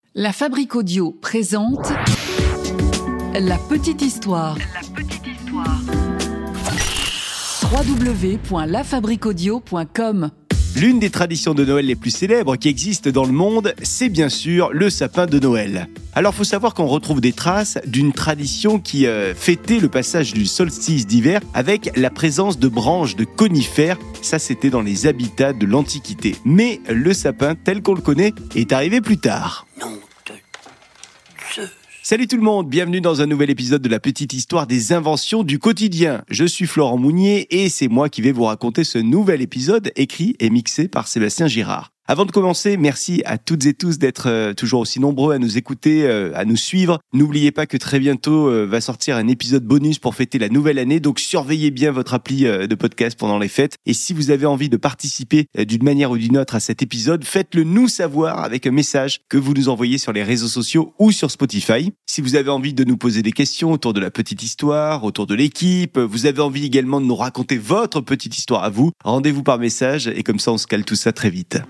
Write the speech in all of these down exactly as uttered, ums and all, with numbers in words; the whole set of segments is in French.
La Fabrique Audio présente La Petite Histoire. La Petite Histoire. w w w point la fabrique audio point com. L'une des traditions de Noël les plus célèbres qui existent dans le monde, c'est bien sûr le sapin de Noël. Alors, faut savoir qu'on retrouve des traces d'une tradition qui euh, fêtait le passage du solstice d'hiver avec la présence de branches de conifères. Ça, c'était dans les habitats de l'Antiquité. Mais le sapin, tel qu'on le connaît, est arrivé plus tard. Nom de Zeus. Salut tout le monde, bienvenue dans un nouvel épisode de la petite histoire des inventions du quotidien. Je suis Florent Mounier et c'est moi qui vais vous raconter ce nouvel épisode écrit et mixé par Sébastien Girard. Avant de commencer, merci à toutes et tous d'être euh, toujours aussi nombreux à nous écouter, euh, à nous suivre. N'oubliez pas que très bientôt euh, va sortir un épisode bonus pour fêter la nouvelle année, donc surveillez bien votre appli euh, de podcast pendant les fêtes. Et si vous avez envie de participer euh, d'une manière ou d'une autre à cet épisode, faites-le nous savoir avec un message que vous nous envoyez sur les réseaux sociaux ou sur Spotify. Si vous avez envie de nous poser des questions autour de la petite histoire, autour de l'équipe, vous avez envie également de nous raconter votre petite histoire à vous, rendez-vous par message et comme ça on se cale tout ça très vite.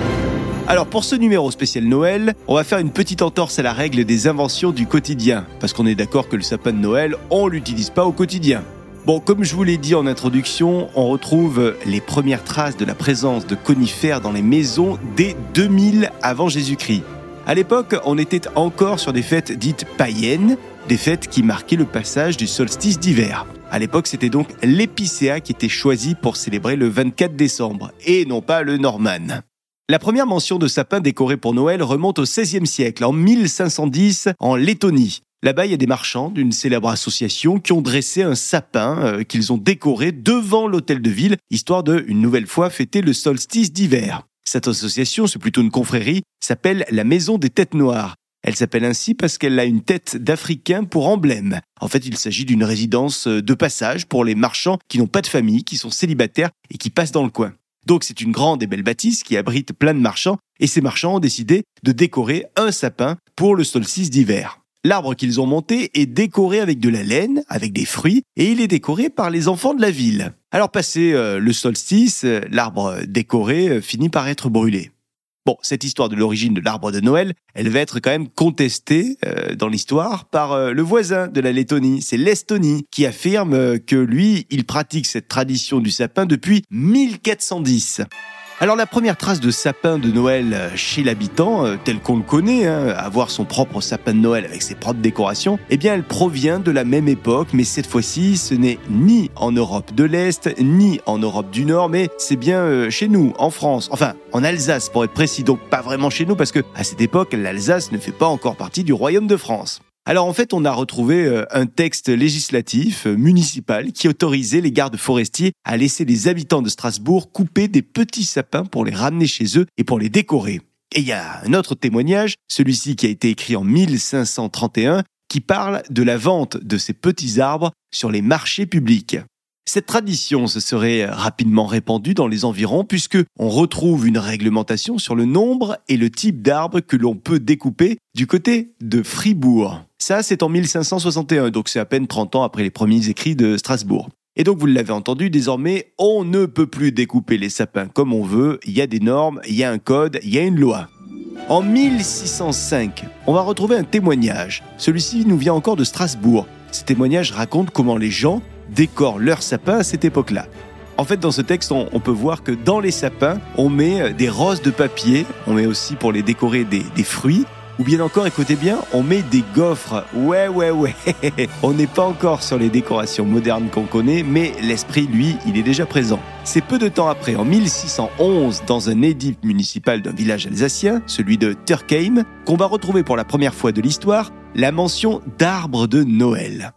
Alors pour ce numéro spécial Noël, on va faire une petite entorse à la règle des inventions du quotidien, parce qu'on est d'accord que le sapin de Noël, on l'utilise pas au quotidien. Bon, comme je vous l'ai dit en introduction, on retrouve les premières traces de la présence de conifères dans les maisons dès deux mille avant Jésus-Christ. À l'époque, on était encore sur des fêtes dites païennes, des fêtes qui marquaient le passage du solstice d'hiver. À l'époque, c'était donc l'épicéa qui était choisi pour célébrer le vingt-quatre décembre, et non pas le Norman. La première mention de sapin décoré pour Noël remonte au seizième siècle, en mille cinq cent dix, en Lettonie. Là-bas, il y a des marchands d'une célèbre association qui ont dressé un sapin euh, qu'ils ont décoré devant l'hôtel de ville, histoire de, une nouvelle fois, fêter le solstice d'hiver. Cette association, c'est plutôt une confrérie, s'appelle la Maison des Têtes Noires. Elle s'appelle ainsi parce qu'elle a une tête d'Africain pour emblème. En fait, il s'agit d'une résidence de passage pour les marchands qui n'ont pas de famille, qui sont célibataires et qui passent dans le coin. Donc c'est une grande et belle bâtisse qui abrite plein de marchands et ces marchands ont décidé de décorer un sapin pour le solstice d'hiver. L'arbre qu'ils ont monté est décoré avec de la laine, avec des fruits et il est décoré par les enfants de la ville. Alors passé euh, le solstice, euh, l'arbre décoré euh, finit par être brûlé. Bon, cette histoire de l'origine de l'arbre de Noël, elle va être quand même contestée euh, dans l'histoire par euh, le voisin de la Lettonie, c'est l'Estonie, qui affirme euh, que lui, il pratique cette tradition du sapin depuis mille quatre cent dix. Alors la première trace de sapin de Noël chez l'habitant, euh, tel qu'on le connaît, hein, avoir son propre sapin de Noël avec ses propres décorations, eh bien elle provient de la même époque, mais cette fois-ci, ce n'est ni en Europe de l'Est, ni en Europe du Nord, mais c'est bien euh, chez nous, en France, enfin en Alsace pour être précis, donc pas vraiment chez nous, parce que à cette époque, l'Alsace ne fait pas encore partie du Royaume de France. Alors en fait, on a retrouvé un texte législatif municipal qui autorisait les gardes forestiers à laisser les habitants de Strasbourg couper des petits sapins pour les ramener chez eux et pour les décorer. Et il y a un autre témoignage, celui-ci qui a été écrit en mille cinq cent trente et un, qui parle de la vente de ces petits arbres sur les marchés publics. Cette tradition se serait rapidement répandue dans les environs puisque on retrouve une réglementation sur le nombre et le type d'arbre que l'on peut découper du côté de Fribourg. Ça, c'est en mille cinq cent soixante et un, donc c'est à peine trente ans après les premiers écrits de Strasbourg. Et donc, vous l'avez entendu, désormais, on ne peut plus découper les sapins comme on veut. Il y a des normes, il y a un code, il y a une loi. En mille six cent cinq, on va retrouver un témoignage. Celui-ci nous vient encore de Strasbourg. Ce témoignage raconte comment les gens décorent leurs sapins à cette époque-là. En fait, dans ce texte, on, on peut voir que dans les sapins, on met des roses de papier, on met aussi pour les décorer des, des fruits, ou bien encore, écoutez bien, on met des gaufres. Ouais, ouais, ouais. On n'est pas encore sur les décorations modernes qu'on connaît, mais l'esprit, lui, il est déjà présent. C'est peu de temps après, en mille six cent onze, dans un édit municipal d'un village alsacien, celui de Turkheim, qu'on va retrouver pour la première fois de l'histoire la mention d'arbre de Noël.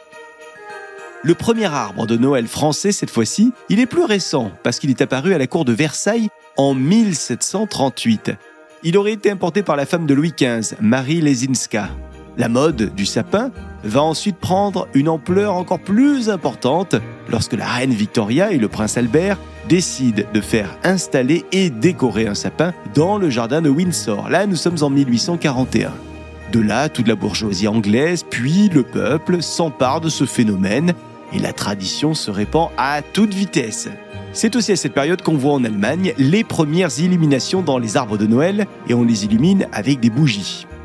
Le premier arbre de Noël français, cette fois-ci, il est plus récent, parce qu'il est apparu à la cour de Versailles en mille sept cent trente-huit. Il aurait été importé par la femme de Louis quinze, Marie Lesinska. La mode du sapin va ensuite prendre une ampleur encore plus importante lorsque la reine Victoria et le prince Albert décident de faire installer et décorer un sapin dans le jardin de Windsor. Là, nous sommes en mille huit cent quarante et un. De là, toute la bourgeoisie anglaise, puis le peuple s'empare de ce phénomène et la tradition se répand à toute vitesse. C'est aussi à cette période qu'on voit en Allemagne les premières illuminations dans les arbres de Noël et on les illumine avec des bougies.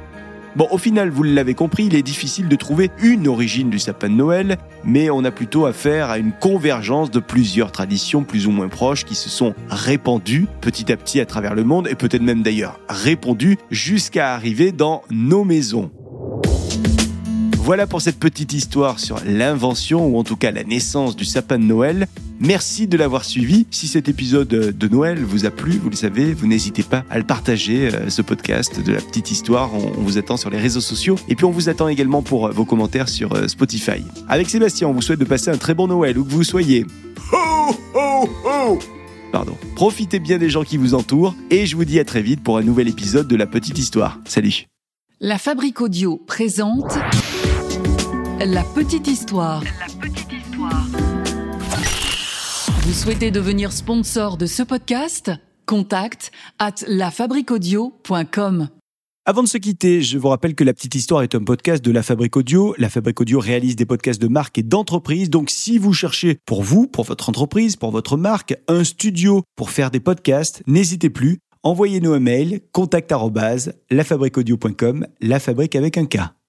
Bon, au final, vous l'avez compris, il est difficile de trouver une origine du sapin de Noël, mais on a plutôt affaire à une convergence de plusieurs traditions plus ou moins proches qui se sont répandues petit à petit à travers le monde et peut-être même d'ailleurs répandues jusqu'à arriver dans nos maisons. Voilà pour cette petite histoire sur l'invention ou en tout cas la naissance du sapin de Noël. Merci de l'avoir suivi. Si cet épisode de Noël vous a plu, vous le savez, vous n'hésitez pas à le partager, ce podcast de la petite histoire. On vous attend sur les réseaux sociaux et puis on vous attend également pour vos commentaires sur Spotify. Avec Sébastien, on vous souhaite de passer un très bon Noël où que vous soyez. Ho, ho, ho ! Pardon. Profitez bien des gens qui vous entourent et je vous dis à très vite pour un nouvel épisode de la petite histoire. Salut. La Fabrique Audio présente La petite histoire. La petite histoire. Vous souhaitez devenir sponsor de ce podcast ? Contact at lafabriqueaudio point com. Avant de se quitter, je vous rappelle que La Petite Histoire est un podcast de La Fabrique Audio. La Fabrique Audio réalise des podcasts de marque et d'entreprise. Donc, si vous cherchez pour vous, pour votre entreprise, pour votre marque, un studio pour faire des podcasts, n'hésitez plus. Envoyez-nous un mail, contact arobase lafabriqueaudio point com, la fabrique avec un K.